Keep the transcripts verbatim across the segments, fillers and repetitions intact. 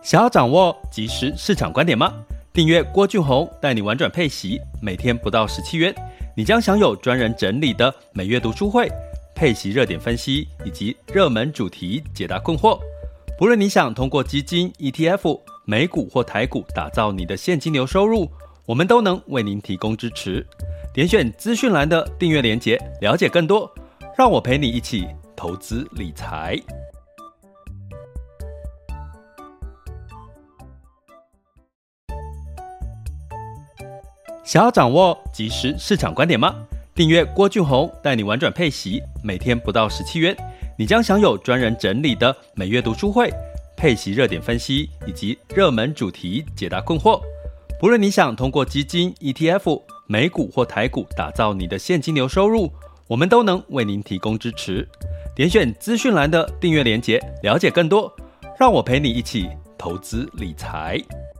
想要掌握即时市场观点吗？订阅郭俊宏带你玩转配息，每天不到十七元，你将享有专人整理的每月读书会、配息热点分析以及热门主题解答困惑。不论你想通过基金、E T F、美股或台股打造你的现金流收入，我们都能为您提供支持。点选资讯栏的订阅连结，了解更多。让我陪你一起投资理财。想要掌握即时市场观点吗？订阅郭俊宏带你玩转配息，每天不到十七元，你将享有专人整理的每月读书会、配息热点分析以及热门主题解答困惑。不论你想通过基金、E T F、美股或台股打造你的现金流收入，我们都能为您提供支持。点选资讯栏的订阅连结，了解更多。让我陪你一起投资理财。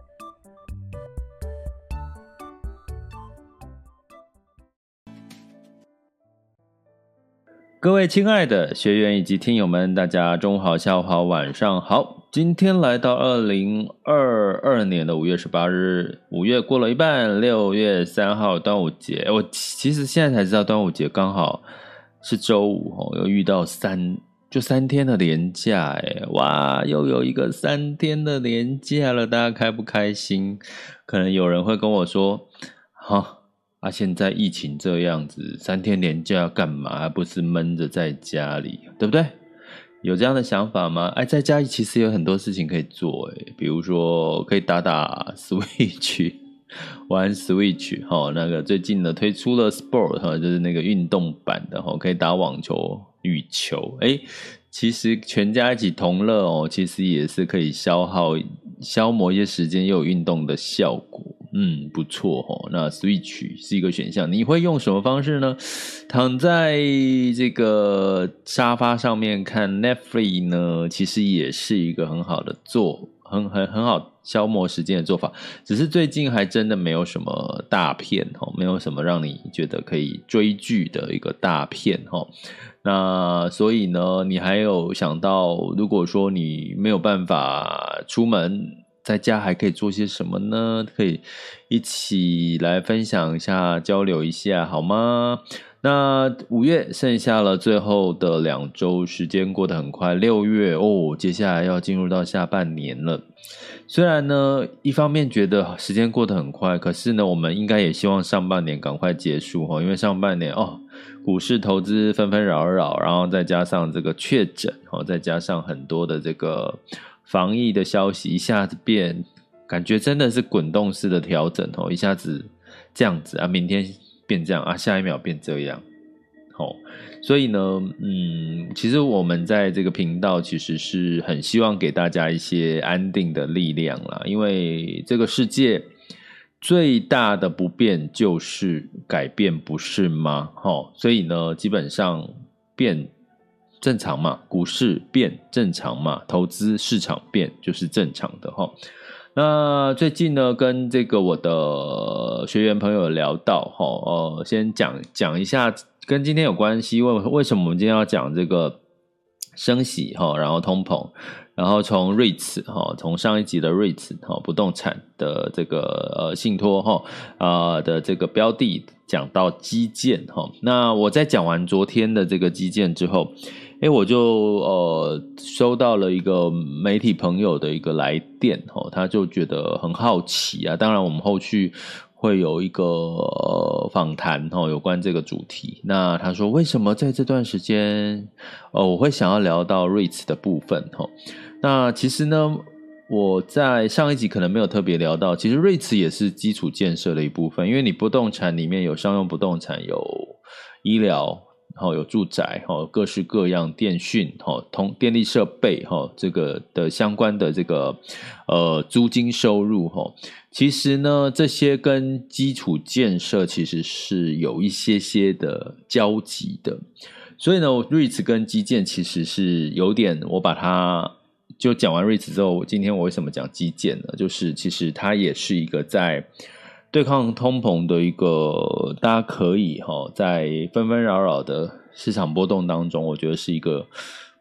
各位亲爱的学员以及听友们，大家中午好，下午好，晚上好。今天来到二零二二年的五月十八日，五月过了一半，六月三号端午节。我其实现在才知道端午节刚好是周五哦，又遇到三就三天的连假诶，哇，又有一个三天的连假了，大家开不开心？可能有人会跟我说，哈。啊，现在疫情这样子，三天连假干嘛？还不是闷着在家里，对不对？有这样的想法吗？哎，在家里其实有很多事情可以做，哎，比如说可以打打 Switch， 玩 Switch， 齁，那个最近呢推出了 Sport， 齁，就是那个运动版的，齁，可以打网球、羽球，哎，其实全家一起同乐哦，其实也是可以消耗、消磨一些时间，又有运动的效果。嗯，不错齁。那 Switch 是一个选项，你会用什么方式呢？躺在这个沙发上面看 Netflix 呢，其实也是一个很好的做，很很很好消磨时间的做法。只是最近还真的没有什么大片齁，没有什么让你觉得可以追剧的一个大片齁。那所以呢，你还有想到，如果说你没有办法出门，在家还可以做些什么呢？可以一起来分享一下，交流一下好吗？那五月剩下了最后的两周，时间过得很快，六月哦，接下来要进入到下半年了。虽然呢，一方面觉得时间过得很快，可是呢，我们应该也希望上半年赶快结束哦，因为上半年哦，股市投资纷纷扰扰，然后再加上这个确诊哦，再加上很多的这个防疫的消息，一下子变，感觉真的是滚动式的调整哦，一下子这样子啊，明天变这样啊，下一秒变这样，哦，所以呢，嗯，其实我们在这个频道其实是很希望给大家一些安定的力量啦，因为这个世界最大的不变就是改变，不是吗？哦，所以呢，基本上变正常嘛，股市变正常嘛，投资市场变就是正常的齁。那最近呢，跟这个我的学员朋友聊到齁，呃，先讲讲一下跟今天有关系，为为什么我们今天要讲这个升息齁，然后通膨，然后从 REITs 齁，从上一集的 REITs 齁，不动产的这个呃信托齁啊、呃、的这个标的讲到基建齁。那我在讲完昨天的这个基建之后，诶，我就呃收到了一个媒体朋友的一个来电齁，他就觉得很好奇啊。当然我们后续会有一个、呃、访谈齁，有关这个主题。那他说为什么在这段时间呃我会想要聊到 REITs 的部分齁。那其实呢，我在上一集可能没有特别聊到，其实 REITs 也是基础建设的一部分，因为你不动产里面有商用不动产，有医疗，有住宅，各式各样电讯，通电力设备这个的相关的这个呃租金收入，其实呢这些跟基础建设其实是有一些些的交集的，所以呢 REITs 跟基建其实是有点，我把它就讲完 REITs 之后，今天我为什么讲基建呢？就是其实它也是一个在对抗通膨的一个，大家可以齁在纷纷扰扰的市场波动当中，我觉得是一个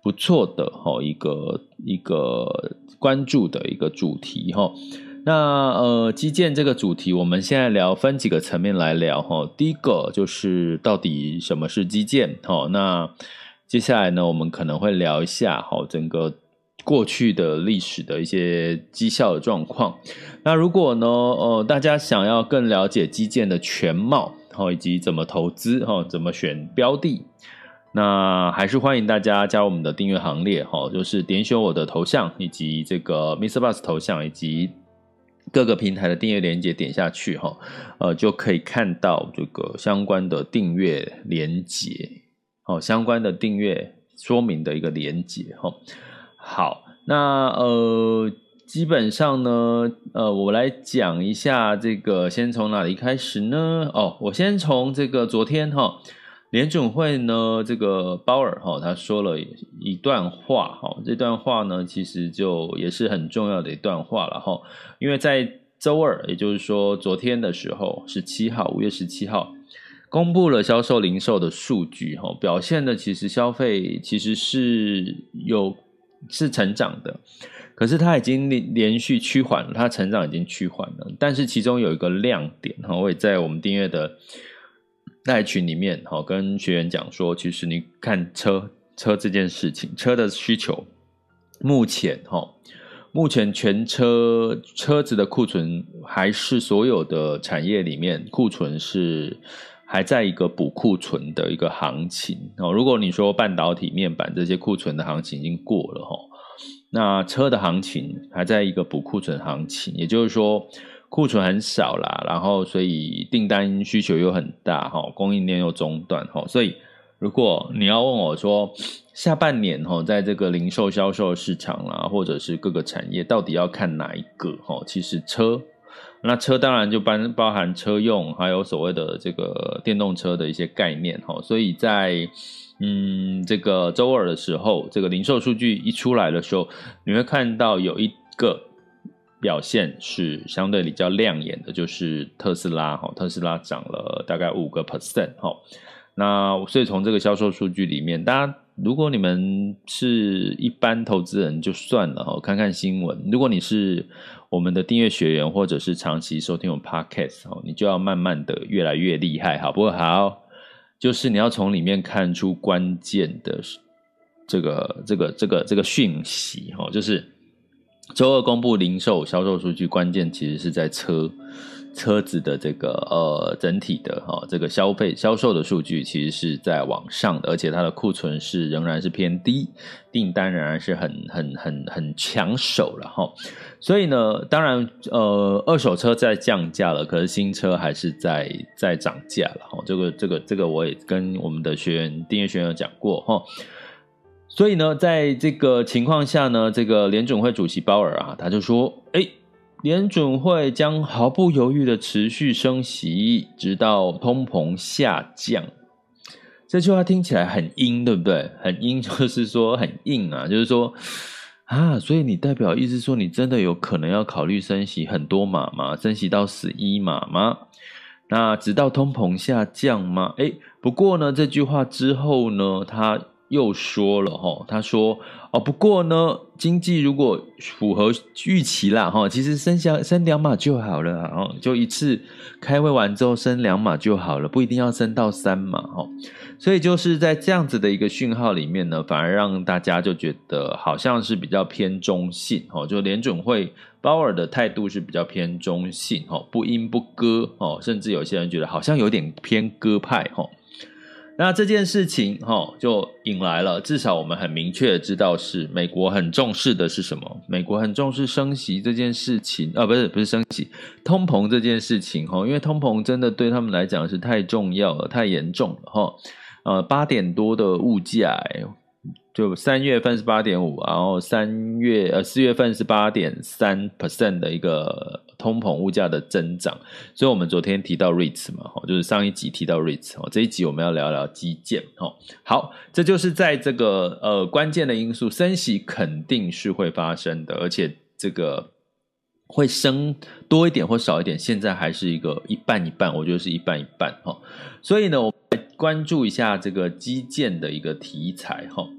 不错的哈一个一个关注的一个主题哈。那呃基建这个主题，我们现在聊分几个层面来聊哈。第一个就是到底什么是基建哈？那接下来呢，我们可能会聊一下哈整个过去的历史的一些绩效的状况。那如果呢呃大家想要更了解基建的全貌哈，以及怎么投资哈，怎么选标的，那还是欢迎大家加入我们的订阅行列哈，就是点选我的头像以及这个 Mister Bus 头像以及各个平台的订阅连结点下去哈，呃，就可以看到这个相关的订阅连结，好，相关的订阅说明的一个连结哈。好，那呃，基本上呢，呃，我来讲一下这个，先从哪里开始呢？哦，我先从这个昨天哈。联准会呢，这个鲍尔哈，他说了一段话哈，这段话呢，其实就也是很重要的一段话了哈，因为在周二，也就是说昨天的时候，十七号，五月十七号，公布了销售零售的数据哈，表现的其实消费其实是有是成长的，可是它已经连续趋缓了，它成长已经趋缓了，但是其中有一个亮点哈，我也在我们订阅的赖群里面跟学员讲说，其实你看车车这件事情，车的需求目前目前全车车子的库存还是所有的产业里面库存是还在一个补库存的一个行情。如果你说半导体面板这些库存的行情已经过了，那车的行情还在一个补库存行情，也就是说库存很少啦，然后所以订单需求又很大，供应链又中断，所以如果你要问我说下半年在这个零售销售市场啦，或者是各个产业到底要看哪一个，其实车，那车当然就包含车用还有所谓的这个电动车的一些概念，所以在嗯这个周二的时候，这个零售数据一出来的时候，你会看到有一个表现是相对比较亮眼的，就是特斯拉，特斯拉涨了大概 百分之五 那所以从这个销售数据里面，大家如果你们是一般投资人就算了，看看新闻，如果你是我们的订阅学员或者是长期收听我们 podcast， 你就要慢慢的越来越厉害，好不好？就是你要从里面看出关键的这个这个这个这个讯息，就是周二公布零售销售数据，关键其实是在车车子的这个呃整体的哈、哦、这个消费销售的数据其实是在往上的，而且它的库存是仍然是偏低，订单仍然是很很很很抢手了哈、哦。所以呢，当然呃二手车在降价了，可是新车还是在在涨价了哈、哦。这个这个这个我也跟我们的学员订阅学员有讲过哈。哦所以呢，在这个情况下呢，这个联准会主席鲍尔啊，他就说，诶，联准会将毫不犹豫的持续升息，直到通膨下降。这句话听起来很阴，对不对？很阴就是说很硬啊，就是说啊，所以你代表意思说，你真的有可能要考虑升息很多码吗？升息到十一码吗？那直到通膨下降吗？诶，不过呢，这句话之后呢，他又说了齁，他说哦，不过呢，经济如果符合预期啦齁，其实升下升两码就好了齁，就一次开会完之后升两码就好了，不一定要升到三码齁。所以就是在这样子的一个讯号里面呢，反而让大家就觉得好像是比较偏中性齁，就联准会鲍尔的态度是比较偏中性齁，不鹰不鸽齁，甚至有些人觉得好像有点偏鸽派齁。那这件事情齁就引来了，至少我们很明确的知道是美国很重视的是什么？美国很重视升息这件事情，啊，不是不是升息，通膨这件事情齁，因为通膨真的对他们来讲是太重要了，太严重了齁。呃，八点多的物价，就三月份是 八点五， 然后三月呃四月份是 百分之八点三 的一个通膨物价的增长。所以我们昨天提到 REITs 嘛，就是上一集提到 REITs， 这一集我们要聊聊基建。好，这就是在这个呃关键的因素，升息肯定是会发生的，而且这个会升多一点或少一点，现在还是一个一半一半，我觉得是一半一半。所以呢，我们来关注一下这个基建的一个题材。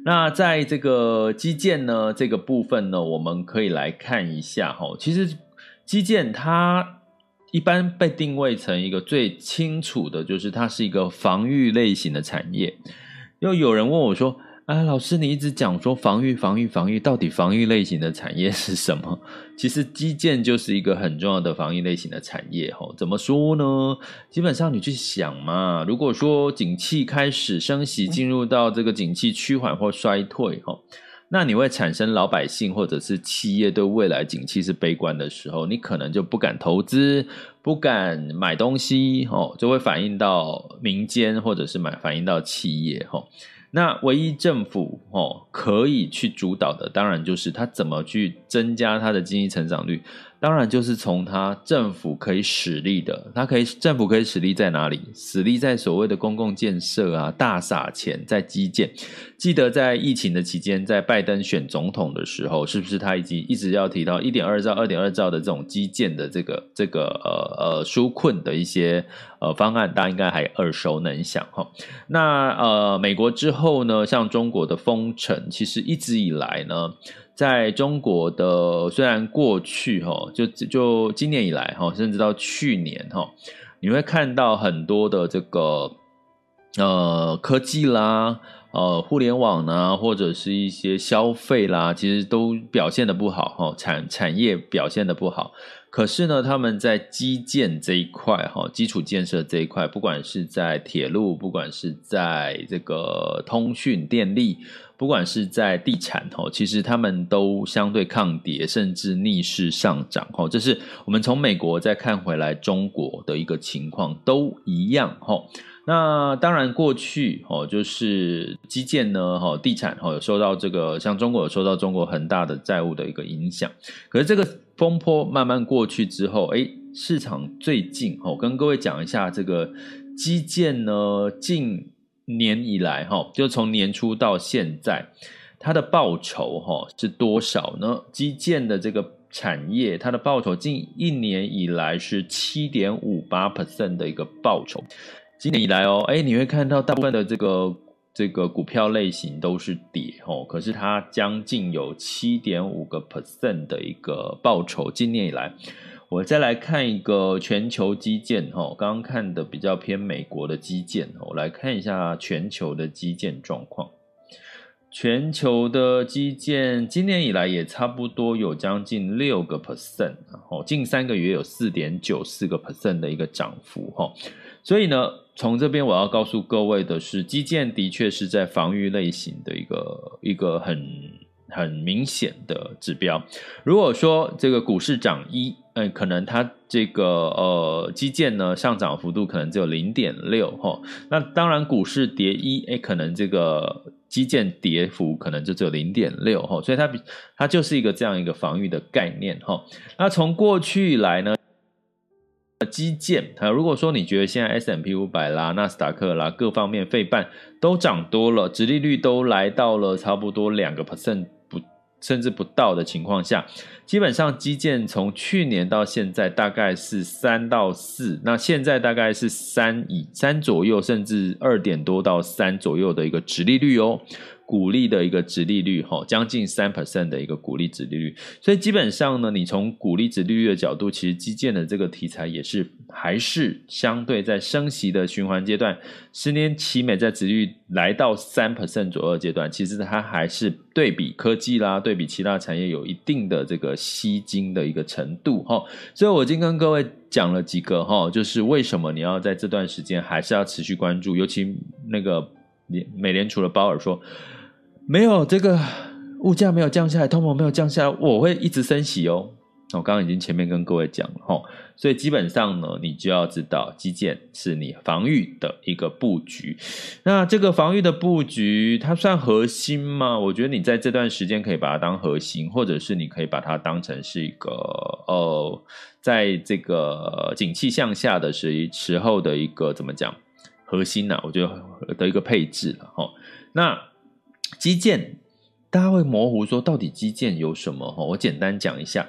那在这个基建呢这个部分呢，我们可以来看一下齁，其实基建它一般被定位成一个最清楚的，就是它是一个防御类型的产业。又有人问我说，啊，老师你一直讲说防御防御防御，到底防御类型的产业是什么？其实基建就是一个很重要的防御类型的产业齁。怎么说呢？基本上你去想嘛，如果说景气开始升息，进入到这个景气趋缓或衰退齁，那你会产生老百姓或者是企业对未来景气是悲观的时候，你可能就不敢投资，不敢买东西齁，就会反映到民间或者是买反映到企业齁。那唯一政府、哦、可以去主导的，当然就是它怎么去增加它的经济成长率，当然就是从它政府可以使力的，它可以政府可以使力在哪里？使力在所谓的公共建设啊，大撒钱在基建。记得在疫情的期间，在拜登选总统的时候，是不是他已经一直要提到 一点二兆 二点二兆的这种基建的这个这个呃呃纾困的一些呃方案，大家应该还耳熟能详齁。那呃美国之后呢，像中国的封城，其实一直以来呢，在中国的虽然过去齁，就就今年以来齁，甚至到去年齁，你会看到很多的这个呃科技啦。呃，互联网呢，或者是一些消费啦，其实都表现得不好齁，产产业表现得不好。可是呢，他们在基建这一块齁，基础建设这一块，不管是在铁路，不管是在这个通讯电力，不管是在地产齁，其实他们都相对抗跌，甚至逆势上涨齁。这是我们从美国再看回来中国的一个情况，都一样齁。那当然过去齁，就是基建呢齁，地产齁有受到这个，像中国有受到中国恒大的债务的一个影响。可是这个风波慢慢过去之后，诶市场最近齁，跟各位讲一下这个基建呢，近年以来齁，就从年初到现在，它的报酬齁是多少呢？基建的这个产业，它的报酬近一年以来是 百分之七点五八 的一个报酬。今年以来哦，哎，你会看到大部分的这个这个股票类型都是跌哦，可是它将近有 百分之七点五 的一个报酬。今年以来，我再来看一个全球基建哦，刚刚看的比较偏美国的基建哦，我来看一下全球的基建状况。全球的基建今年以来也差不多有将近 百分之六 哦，近三个月有 百分之四点九四 的一个涨幅哦。所以呢，从这边我要告诉各位的是，基建的确是在防御类型的一个一个很很明显的指标。如果说这个股市涨一，嗯，可能它这个呃基建呢上涨幅度可能只有 百分之零点六 齁。那当然股市跌一，诶可能这个基建跌幅可能就只有 百分之零点六 齁，所以它它就是一个这样一个防御的概念齁。那从过去以来呢，基建如果说你觉得现在 S and P 五百 啦、纳斯达克啦各方面费半都涨多了，殖利率都来到了差不多 百分之二 不甚至不到的情况下，基本上基建从去年到现在大概是三到四，那现在大概是三以三左右，甚至二点多到三左右的一个殖利率哦。股利的一个殖利率齁，将近 百分之三 的一个股利殖利率。所以基本上呢，你从股利殖利率的角度，其实基建的这个题材也是还是相对在升息的循环阶段，十年期美债殖利率来到 百分之三 左右的阶段，其实它还是对比科技啦，对比其他产业有一定的这个吸金的一个程度齁。所以我已经跟各位讲了几个齁，就是为什么你要在这段时间还是要持续关注，尤其那个美联储的鲍尔说，没有这个物价没有降下来，通膨没有降下来，我会一直升息哦。我刚刚已经前面跟各位讲了齁，所以基本上呢，你就要知道基建是你防御的一个布局。那这个防御的布局它算核心吗？我觉得你在这段时间可以把它当核心，或者是你可以把它当成是一个呃，在这个景气向下的时时候的一个怎么讲核心啊，我觉得的一个配置了齁。那基建大家会模糊说到底基建有什么，我简单讲一下。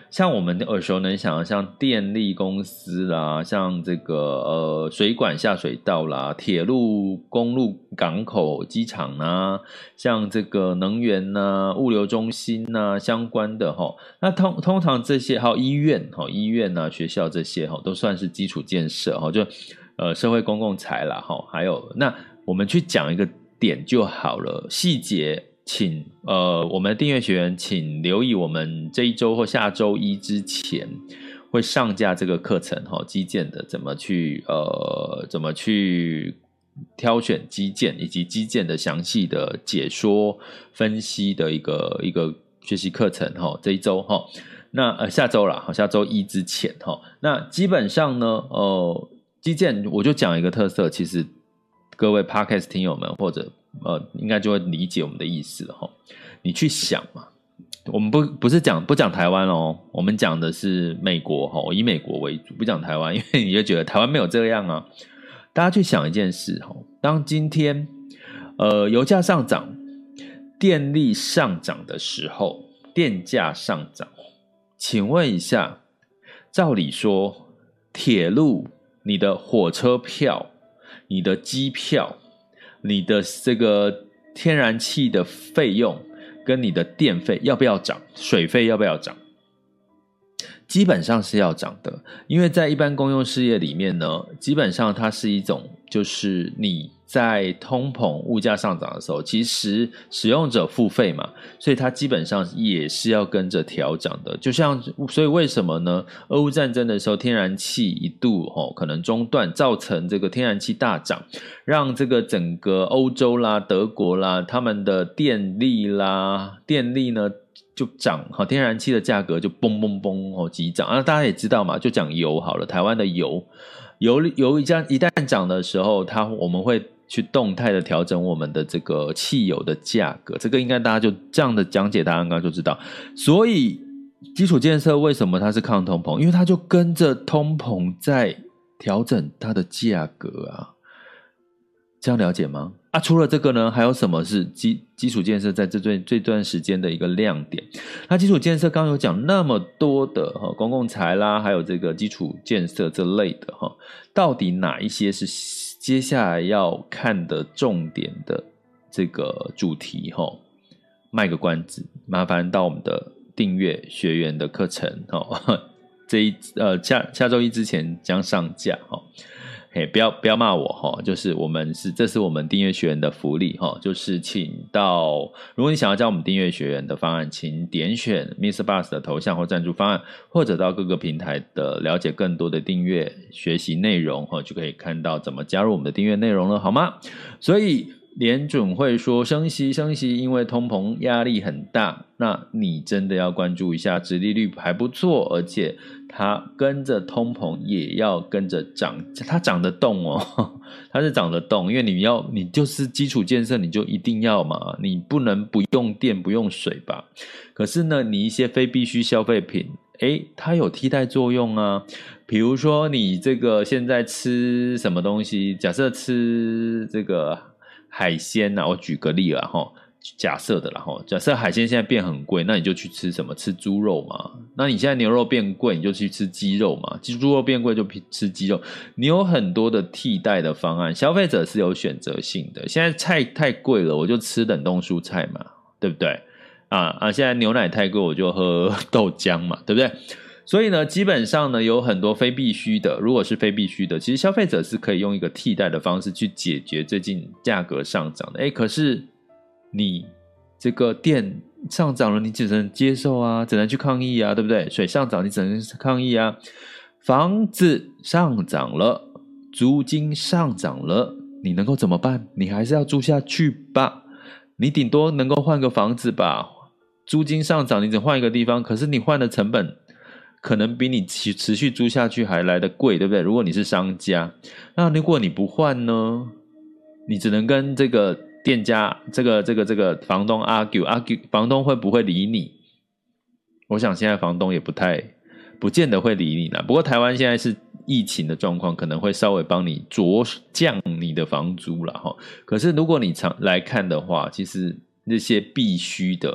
像我们耳熟能详的，像电力公司啦，像这个呃水管下水道啦，铁路、公路、港口、机场啊，像这个能源啊、物流中心啊相关的哈，那通通常这些还有医院哈、医院啊、学校这些哈，都算是基础建设哈，就呃社会公共财啦哈，还有那我们去讲一个点就好了，细节。请呃，我们的订阅学员，请留意我们这一周或下周一之前会上架这个课程哈、哦，基建的怎么去呃，怎么去挑选基建，以及基建的详细的解说分析的一个一个学习课程哈、哦，这一周哈、哦，那呃下周啦，下周一之前哈、哦，那基本上呢，呃，基建我就讲一个特色，其实各位 Podcast 听友们或者呃，应该就会理解我们的意思了哈。你去想嘛，我们不不是讲不讲台湾哦，我们讲的是美国哈，以美国为主，不讲台湾，因为你就觉得台湾没有这样啊。大家去想一件事哈，当今天呃油价上涨、电力上涨的时候，电价上涨，请问一下，照理说，铁路、你的火车票、你的机票。你的这个天然气的费用跟你的电费要不要涨？水费要不要涨？基本上是要涨的，因为在一般公用事业里面呢，基本上它是一种，就是你在通膨物价上涨的时候，其实使用者付费嘛，所以它基本上也是要跟着调涨的。就像，所以为什么呢？俄乌战争的时候，天然气一度哦可能中断，造成这个天然气大涨，让这个整个欧洲啦、德国啦，他们的电力啦、电力呢。就涨，天然气的价格就嘣嘣嘣哦急涨啊！大家也知道嘛，就讲油好了，台湾的油油油一旦一旦涨的时候，它我们会去动态的调整我们的这个汽油的价格，这个应该大家就这样的讲解，大家刚刚就知道。所以基础建设为什么它是抗通膨？因为它就跟着通膨在调整它的价格啊，这样了解吗？啊，除了这个呢，还有什么是基基础建设在这段这段时间的一个亮点？那基础建设刚刚有讲那么多的哈公共财啦，还有这个基础建设这类的哈，到底哪一些是接下来要看的重点的这个主题哈？卖个关子，麻烦到我们的订阅学员的课程哈，这一呃下下周一之前将上架哈。嘿，不要不要骂我哈，就是我们是这是我们订阅学员的福利哈，就是请到如果你想要加我们订阅学员的方案，请点选 Mister Bus 的头像或赞助方案，或者到各个平台的了解更多的订阅学习内容哈，就可以看到怎么加入我们的订阅内容了，好吗？所以联准会说升息升息，因为通膨压力很大，那你真的要关注一下，殖利率还不错，而且它跟着通膨也要跟着涨，它涨得动哦，它是涨得动，因为你要你就是基础建设，你就一定要嘛，你不能不用电不用水吧？可是呢，你一些非必需消费品，诶，它有替代作用啊。比如说你这个现在吃什么东西，假设吃这个海鲜啊，我举个例啦齁，假设的啦齁，假设海鲜现在变很贵，那你就去吃什么？吃猪肉嘛。那你现在牛肉变贵，你就去吃鸡肉嘛。猪肉变贵就吃鸡肉。你有很多的替代的方案，消费者是有选择性的。现在菜太贵了，我就吃冷冻蔬菜嘛，对不对？啊啊！现在牛奶太贵，我就喝豆浆嘛，对不对？所以呢，基本上呢，有很多非必须的，如果是非必须的，其实消费者是可以用一个替代的方式去解决最近价格上涨的。诶，可是你这个电上涨了，你只能接受啊，只能去抗议啊，对不对？水上涨，你只能抗议啊。房子上涨了，租金上涨了，你能够怎么办？你还是要住下去吧，你顶多能够换个房子吧。租金上涨，你只换一个地方，可是你换的成本可能比你持续租下去还来得贵，对不对？如果你是商家，那如果你不换呢？你只能跟这个店家、这个、这个、这个房东 argue argue， 房东会不会理你？我想现在房东也不太，不见得会理你啦。不过台湾现在是疫情的状况，可能会稍微帮你酌降你的房租啦齁。可是如果你常来看的话，其实那些必须的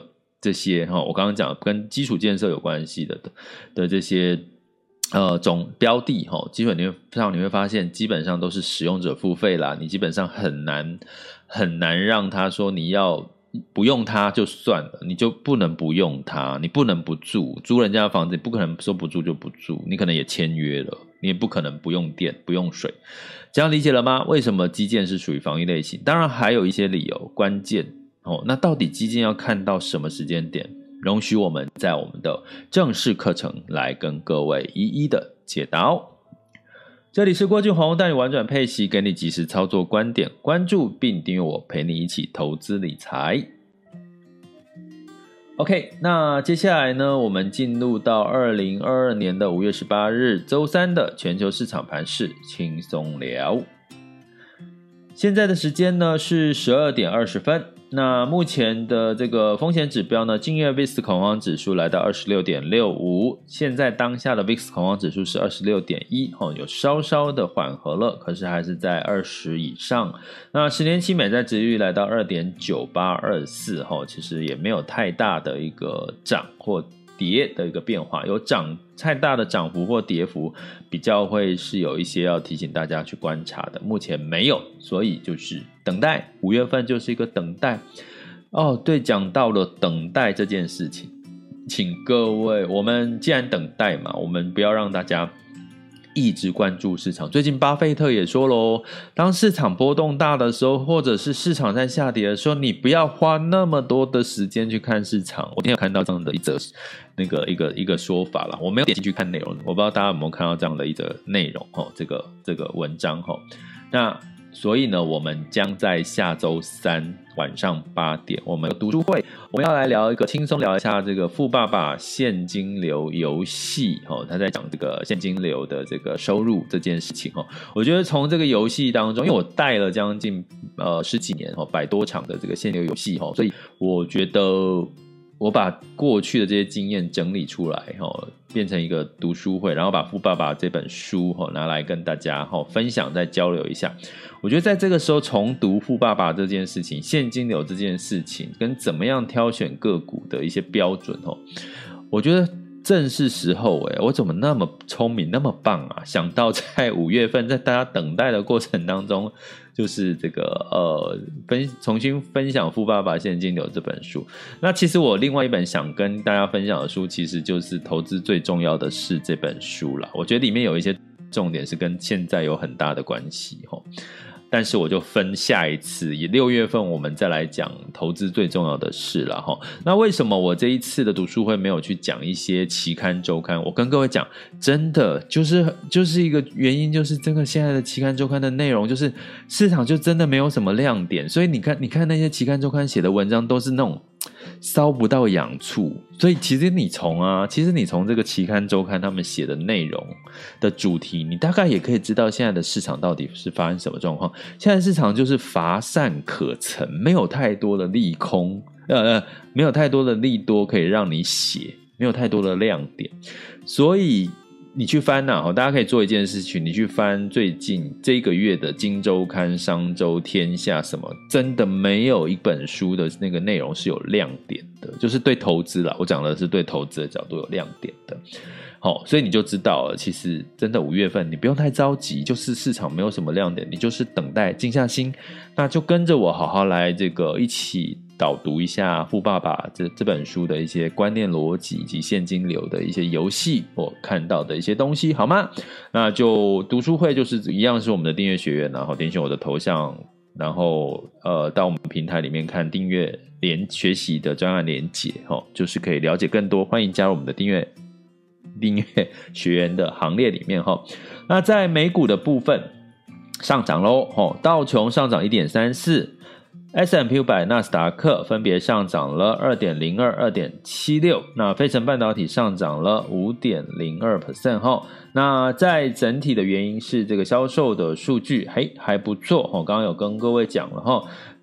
这些哈，我刚刚讲跟基础建设有关系的的这些呃总标的哈，基本上你会发现基本上都是使用者付费啦，你基本上很难很难让他说你要不用它就算了，你就不能不用它，你不能不住，租人家的房子你不可能说不住就不住，你可能也签约了，你也不可能不用电不用水，这样理解了吗？为什么基建是属于防疫类型？当然还有一些理由关键哦，那到底基建要看到什么时间点？容许我们在我们的正式课程来跟各位一一的解答哦。这里是郭俊宏，带你玩转配息，给你及时操作观点，关注并订阅我，陪你一起投资理财。OK， 那接下来呢，我们进入到二零二二年的五月十八日周三的全球市场盘势轻松聊。现在的时间呢是十二点二十分。那目前的这个风险指标呢，近月 V I X 恐慌指数来到 二十六点六五， 现在当下的 V I X 恐慌指数是 二十六点一、哦、有稍稍的缓和了，可是还是在二十以上。那十年期美债殖利率来到 二点九八二四、哦、其实也没有太大的一个涨或跌的一个变化，有涨太大的涨幅或跌幅，比较会是有一些要提醒大家去观察的，目前没有，所以就是等待，五月份就是一个等待哦。对，讲到了等待这件事情，请各位，我们既然等待嘛，我们不要让大家一直关注市场。最近巴菲特也说咯，当市场波动大的时候，或者是市场在下跌的时候，你不要花那么多的时间去看市场。我今天有看到这样的一则那个一个一个说法啦，我没有点进去看内容，我不知道大家有没有看到这样的一则内容齁，这个这个文章齁。那所以呢，我们将在下周三晚上八点，我们有读书会，我们要来聊一个轻松聊一下这个富爸爸现金流游戏齁，他在讲这个现金流的这个收入这件事情齁。我觉得从这个游戏当中，因为我带了将近呃十几年齁，百多场的这个现金流游戏齁，所以我觉得我把过去的这些经验整理出来齁，变成一个读书会，然后把富爸爸这本书齁拿来跟大家齁分享，再交流一下。我觉得在这个时候重读富爸爸这件事情，现金流这件事情，跟怎么样挑选个股的一些标准齁，我觉得正是时候诶，我怎么那么聪明那么棒啊，想到在五月份在大家等待的过程当中，就是这个呃分重新分享富爸爸现金流这本书。那其实我另外一本想跟大家分享的书，其实就是投资最重要的是这本书啦。我觉得里面有一些重点是跟现在有很大的关系齁，但是我就分下一次，也六月份我们再来讲投资最重要的事了齁。那为什么我这一次的读书会没有去讲一些期刊周刊？我跟各位讲，真的就是就是一个原因，就是这个现在的期刊周刊的内容，就是市场就真的没有什么亮点，所以你看，你看那些期刊周刊写的文章都是那种烧不到痒处，所以其实你从啊，其实你从这个期刊周刊他们写的内容的主题，你大概也可以知道现在的市场到底是发生什么状况。现在市场就是乏善可陈，没有太多的利空，呃，没有太多的利多可以让你写，没有太多的亮点，所以你去翻啊，大家可以做一件事情，你去翻最近这个月的金周刊、商周、天下什么，真的没有一本书的那个内容是有亮点的，就是对投资啦，我讲的是对投资的角度有亮点的。好，所以你就知道了，其实真的五月份你不用太着急，就是市场没有什么亮点，你就是等待，静下心，那就跟着我好好来这个一起导读一下富爸爸 这, 这本书的一些观念逻辑以及现金流的一些游戏，我看到的一些东西，好吗？那就读书会就是一样是我们的订阅学员，然后点选我的头像，然后呃到我们平台里面看订阅连学习的专案连结、哦、就是可以了解更多，欢迎加入我们的订阅订阅学员的行列里面、哦、那在美股的部分上涨咯、哦、道琼上涨 一点三四，S and P 五百 纳斯达克分别上涨了 二点零二、二点七六， 那费城半导体上涨了 百分之五点零二、哦、那在整体的原因是这个销售的数据还还不错、哦、刚刚有跟各位讲了、哦、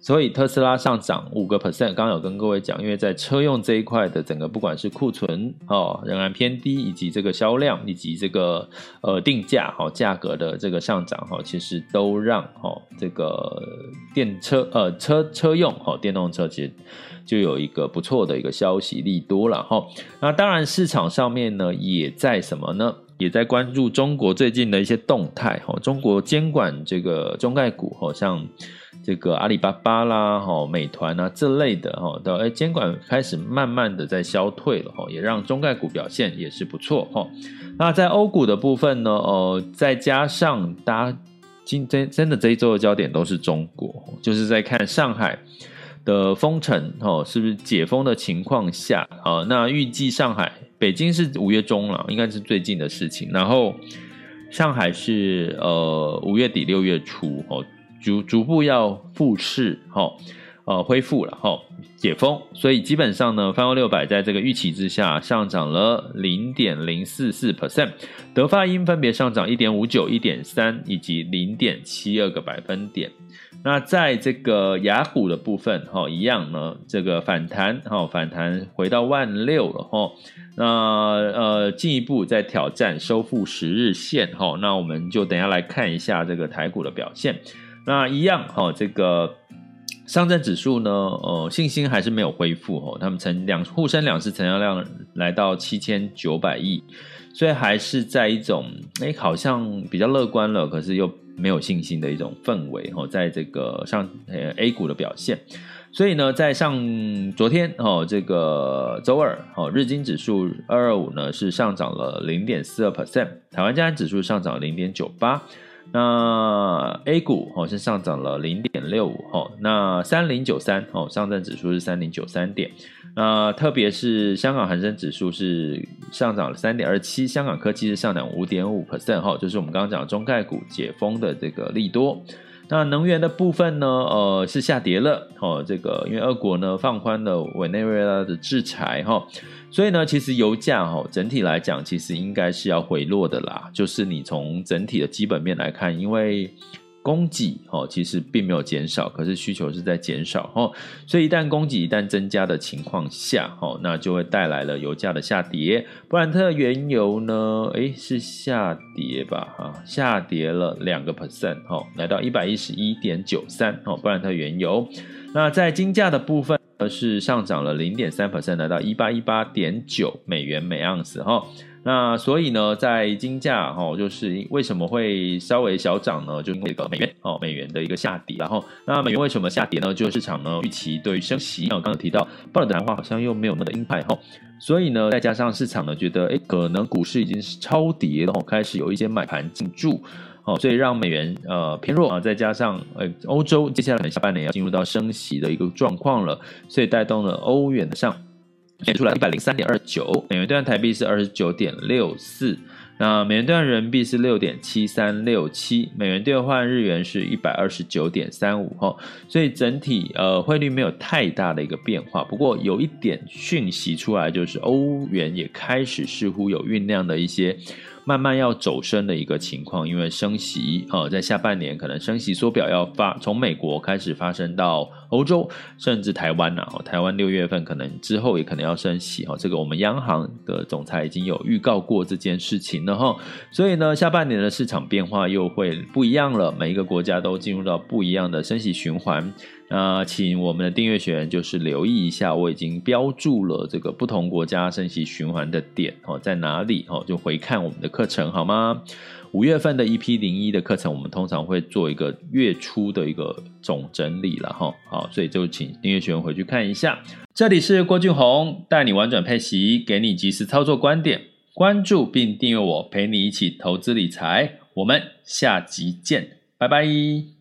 所以特斯拉上涨 百分之五， 刚刚有跟各位讲，因为在车用这一块的整个不管是库存、哦、仍然偏低，以及这个销量，以及这个呃定价、哦、价格的这个上涨、哦、其实都让、哦、这个电车呃车车用、哦、电动车其实就有一个不错的一个消息利多了、哦、那当然市场上面呢也在什么呢？也在关注中国最近的一些动态、哦、中国监管这个中概股、哦、像这个阿里巴巴啦、哦、美团啊这类的、哦、的监管开始慢慢的在消退了、哦、也让中概股表现也是不错、哦、那在欧股的部分呢、呃、再加上大家今天真的这一周的焦点都是中国，就是在看上海的封城、哦、是不是解封的情况下、哦、那预计上海北京是五月中了，应该是最近的事情，然后上海是呃五月底六月初、哦、逐逐步要复市、哦呃、恢复了、哦、解封，所以基本上呢泛欧六百在这个预期之下上涨了 零点零四四 percent， 德发英分别上涨 一点五九、一点三 以及 零点七二 个百分点。那在这个雅股的部分、哦、一样呢，这个反弹、哦、反弹回到万六了、哦、那呃进一步再挑战收复十日线、哦、那我们就等一下来看一下这个台股的表现。那一样、哦、这个上证指数呢，呃，信心还是没有恢复、哦、他们成两沪深两市成交量来到七千九百亿，所以还是在一种诶好像比较乐观了，可是又没有信心的一种氛围、哦、在这个上、呃、A 股的表现。所以呢在上昨天、哦、这个周二、哦、日经指数二二五呢是上涨了 零点四二 percent， 台湾加权指数上涨 零点九八，那 A 股、哦、是上涨了 零点六五、哦、那三零九三、哦、上证指数是三零九三点，那特别是香港恒生指数是上涨了 三点二七， 香港科技是上涨 五点五 percent、哦、就是我们刚刚讲的中概股解封的这个利多。那能源的部分呢，呃，是下跌了、哦、这个因为俄国呢放宽了委内瑞拉的制裁、哦、所以呢其实油价、哦、整体来讲其实应该是要回落的啦，就是你从整体的基本面来看，因为供给、哦、其实并没有减少，可是需求是在减少、哦、所以一旦供给一旦增加的情况下、哦、那就会带来了油价的下跌。布兰特原油呢诶是下跌吧、啊、下跌了 百分之二、哦、来到 一百一十一点九三、哦、布兰特原油。那在金价的部分是上涨了 零点三 percent， 来到 一百一十八点九美元每盎司、哦、那所以呢在金价、哦、就是为什么会稍微小涨呢，就因为这个美元、哦、美元的一个下跌，然后那美元为什么下跌呢，就是市场呢预期对于升息，我刚刚有提到鲍尔的谈话好像又没有那么的鹰派、哦、所以呢再加上市场呢觉得诶可能股市已经是超跌了、哦、开始有一些买盘进驻，哦、所以让美元呃偏弱、啊、再加上呃欧洲接下来下半年要进入到升息的一个状况了，所以带动了欧元的上显出来 一百零三点二九， 美元兑换台币是 二十九点六四， 那美元兑换人民币是 六点七三六七， 美元兑换日元是 一百二十九点三五、哦、所以整体呃汇率没有太大的一个变化，不过有一点讯息出来，就是欧元也开始似乎有酝酿的一些慢慢要走升的一个情况，因为升息、哦、在下半年可能升息缩表要发从美国开始发生到欧洲甚至台湾、啊哦、台湾六月份可能之后也可能要升息、哦、这个我们央行的总裁已经有预告过这件事情了、哦、所以呢下半年的市场变化又会不一样了，每一个国家都进入到不一样的升息循环。那请我们的订阅学员就是留意一下，我已经标注了这个不同国家升息循环的点、哦、在哪里、哦、就回看我们的课程好吗？五月份的 E P 零一 的课程我们通常会做一个月初的一个总整理啦、哦、好，所以就请订阅学员回去看一下。这里是郭俊宏，带你玩转配息，给你及时操作观点，关注并订阅我，陪你一起投资理财，我们下集见，拜拜。